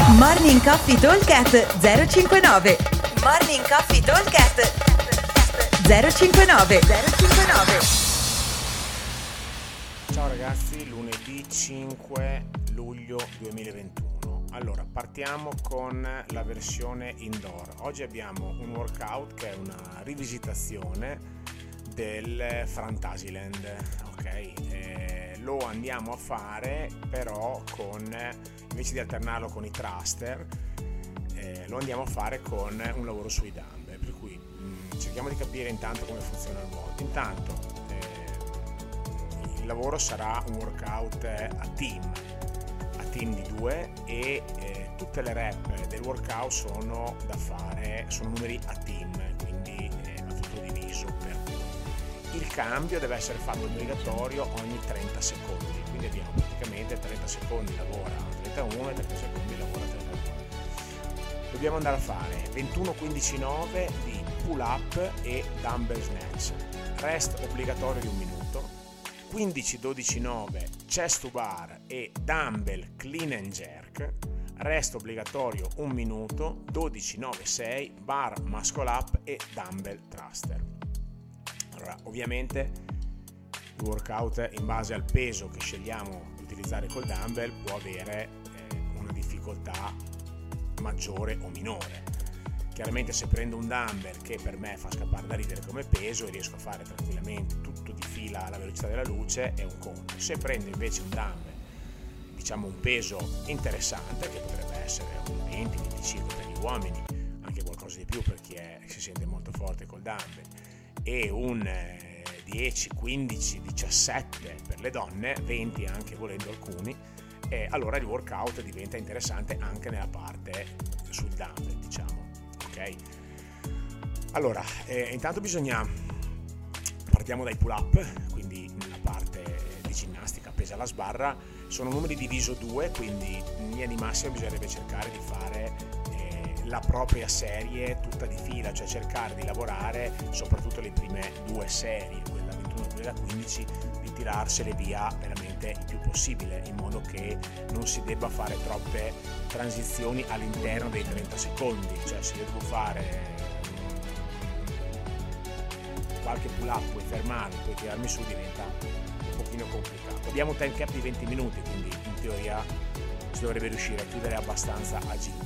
Morning Coffee Talkcast 059. Morning Coffee Talkcast 059. Ciao ragazzi, lunedì 5 luglio 2021. Allora, partiamo con la versione indoor. Oggi abbiamo un workout che è una rivisitazione del Fantasyland, ok? Lo andiamo a fare però invece di alternarlo con i thruster, lo andiamo a fare con un lavoro sui dumbbell, per cui cerchiamo di capire intanto come funziona il volto. Intanto il lavoro sarà un workout a team di 2 e tutte le rep del workout sono numeri a team, quindi va tutto diviso per 2. Il cambio deve essere fatto obbligatorio ogni 30 secondi, quindi abbiamo praticamente 30 secondi lavora 31 e 30 secondi lavora 32. Dobbiamo andare a fare 21-15-9 di pull up e dumbbell snatch, rest obbligatorio di 1 minuto, 15-12-9 chest to bar e dumbbell clean and jerk, rest obbligatorio 1 minuto, 12-9-6 bar muscle up e dumbbell thruster. Allora, ovviamente il workout in base al peso che scegliamo di utilizzare col dumbbell può avere una difficoltà maggiore o minore. Chiaramente se prendo un dumbbell che per me fa scappare da ridere come peso e riesco a fare tranquillamente tutto di fila alla velocità della luce, è un conto. Se prendo invece un dumbbell, diciamo un peso interessante, che potrebbe essere un 20-25 per gli uomini, anche qualcosa di più per chi si sente molto forte col dumbbell, e un 10, 15, 17 per le donne, 20 anche volendo alcuni, allora il workout diventa interessante anche nella parte sul dumbbell, diciamo, ok? Allora, intanto partiamo dai pull up, quindi nella parte di ginnastica pesa la sbarra, sono numeri diviso 2, quindi in linea di massima bisognerebbe cercare di fare la propria serie tutta di fila, cioè cercare di lavorare soprattutto le prime 2 serie, quella 21 e quella 15, di tirarsele via veramente il più possibile, in modo che non si debba fare troppe transizioni all'interno dei 30 secondi, cioè se io devo fare qualche pull up, poi fermarmi, poi tirarmi su, diventa un pochino complicato. Abbiamo un time cap di 20 minuti, quindi in teoria si dovrebbe riuscire a chiudere abbastanza agilmente.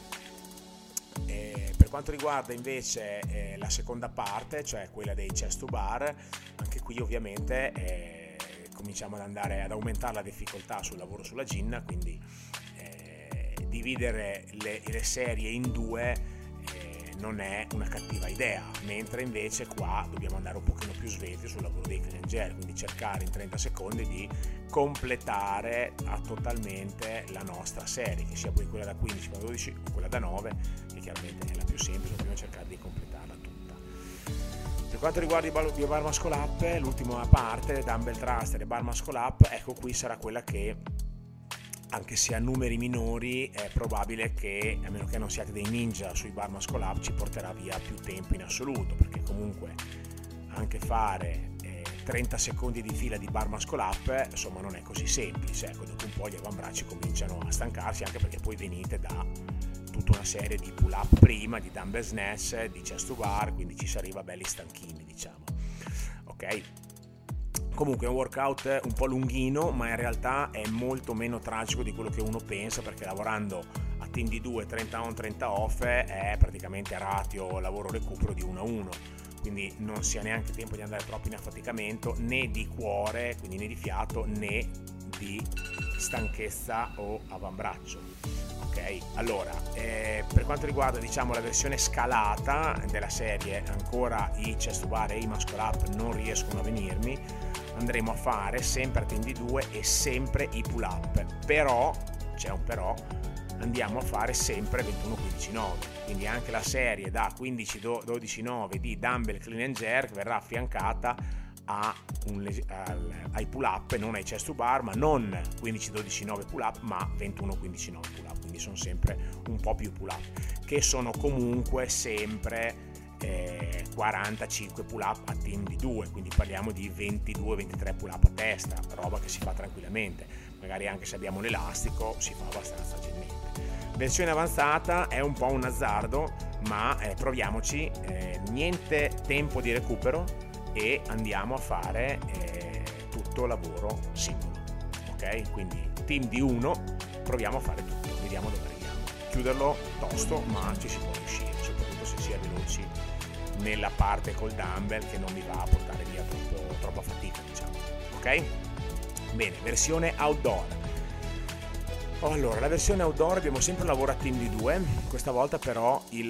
Per quanto riguarda invece la seconda parte, cioè quella dei chest to bar, anche qui ovviamente cominciamo ad aumentare la difficoltà sul lavoro sulla ginna, quindi dividere le serie in 2 non è una cattiva idea, mentre invece qua dobbiamo andare un pochino più svelti sul lavoro dei clean and jerk, quindi cercare in 30 secondi di completare totalmente la nostra serie, che sia poi quella da 15, quella da 12 o quella da 9, che chiaramente è la più semplice, dobbiamo cercare di completarla tutta. Per quanto riguarda i bar muscle up, l'ultima parte, dumbbell thruster e bar muscle up, ecco qui sarà quella che, anche se a numeri minori, è probabile che, a meno che non siate dei ninja sui bar muscle up, ci porterà via più tempo in assoluto, perché comunque anche fare 30 secondi di fila di bar muscle up, insomma, non è così semplice. Ecco, dopo un po' gli avambracci cominciano a stancarsi, anche perché poi venite da tutta una serie di pull up prima, di dumbbell snatch, di chest to bar, quindi ci si arriva belli stanchini, diciamo, ok? Comunque è un workout un po' lunghino, ma in realtà è molto meno tragico di quello che uno pensa, perché lavorando a team di 2, 30 on 30 off, è praticamente ratio lavoro-recupero di 1-1, quindi non si ha neanche tempo di andare troppo in affaticamento, né di cuore, quindi né di fiato, né di stanchezza o avambraccio. Ok, allora per quanto riguarda, diciamo, la versione scalata della serie, ancora i chest to bar e i muscle up non riescono a venirmi, andremo a fare sempre a team di 2 e sempre i pull up, però c'è un però, andiamo a fare sempre 21-15-9, quindi anche la serie da 15-12-9 di dumbbell clean and jerk verrà affiancata ai pull up, non ai chest to bar, ma non 15-12-9 pull up, ma 21-15-9 pull up, quindi sono sempre un po' più pull up, che sono comunque sempre 45 pull up a team di 2, quindi parliamo di 22-23 pull up a testa, roba che si fa tranquillamente, magari anche se abbiamo l'elastico si fa abbastanza agilmente. versione avanzata è un po' un azzardo, ma proviamoci, niente tempo di recupero e andiamo a fare tutto lavoro singolo, ok? Quindi team di 1, proviamo a fare tutto, vediamo dove arriviamo. Chiuderlo tosto, ma ci si può riuscire, soprattutto se si è veloci nella parte col dumbbell, che non vi va a portare via troppa fatica, diciamo, ok? Bene, versione outdoor. Allora, la versione outdoor abbiamo sempre un lavoro a team di 2, questa volta però il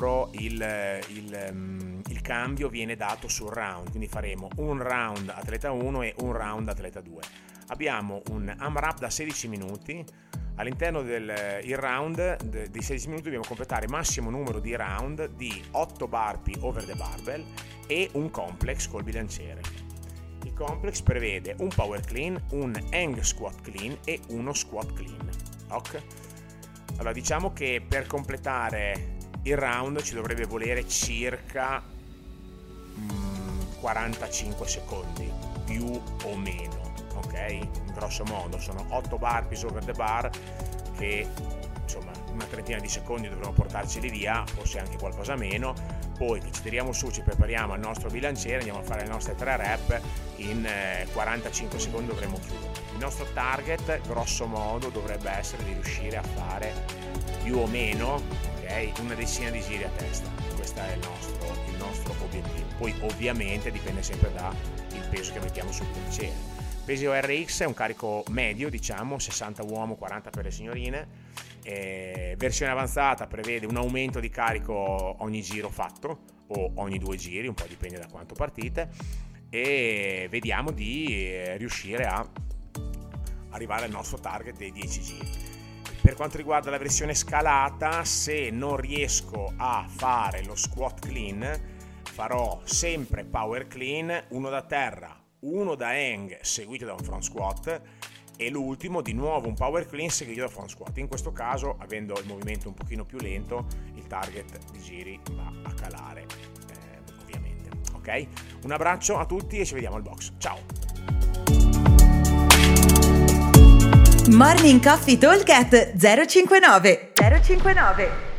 cambio viene dato sul round, quindi faremo un round atleta 1 e un round atleta 2. Abbiamo un AMRAP da 16 minuti, all'interno del round di 16 minuti dobbiamo completare massimo numero di round di 8 burpee over the barbell e un complex col bilanciere. Il complex prevede un power clean, un hang squat clean e uno squat clean. Ok? Allora, diciamo che per completare il round ci dovrebbe volere circa 45 secondi, più o meno, ok? In grosso modo sono 8 burpees over the bar che insomma una trentina di secondi dovremo portarceli via, forse anche qualcosa meno. Poi che ci tiriamo su, ci prepariamo al nostro bilanciere, andiamo a fare le nostre 3 rep, in 45 secondi dovremo chiudere. Il nostro target grosso modo dovrebbe essere di riuscire a fare più o meno, ok, una decina di giri a testa. Questo è il nostro obiettivo. Poi ovviamente dipende sempre dal peso che mettiamo sul bilanciere. Peso RX è un carico medio, diciamo 60 uomo, 40 per le signorine. Versione avanzata prevede un aumento di carico ogni giro fatto o ogni 2 giri, un po' dipende da quanto partite, e vediamo di riuscire a arrivare al nostro target dei 10 giri. Per quanto riguarda la versione scalata, se non riesco a fare lo squat clean, farò sempre power clean, uno da terra, uno da hang seguito da un front squat e l'ultimo di nuovo un power clean seguito da front squat. In questo caso, avendo il movimento un pochino più lento, il target di giri va a calare, ovviamente. Ok? Un abbraccio a tutti e ci vediamo al box. Ciao! Morning Coffee Talk at 059.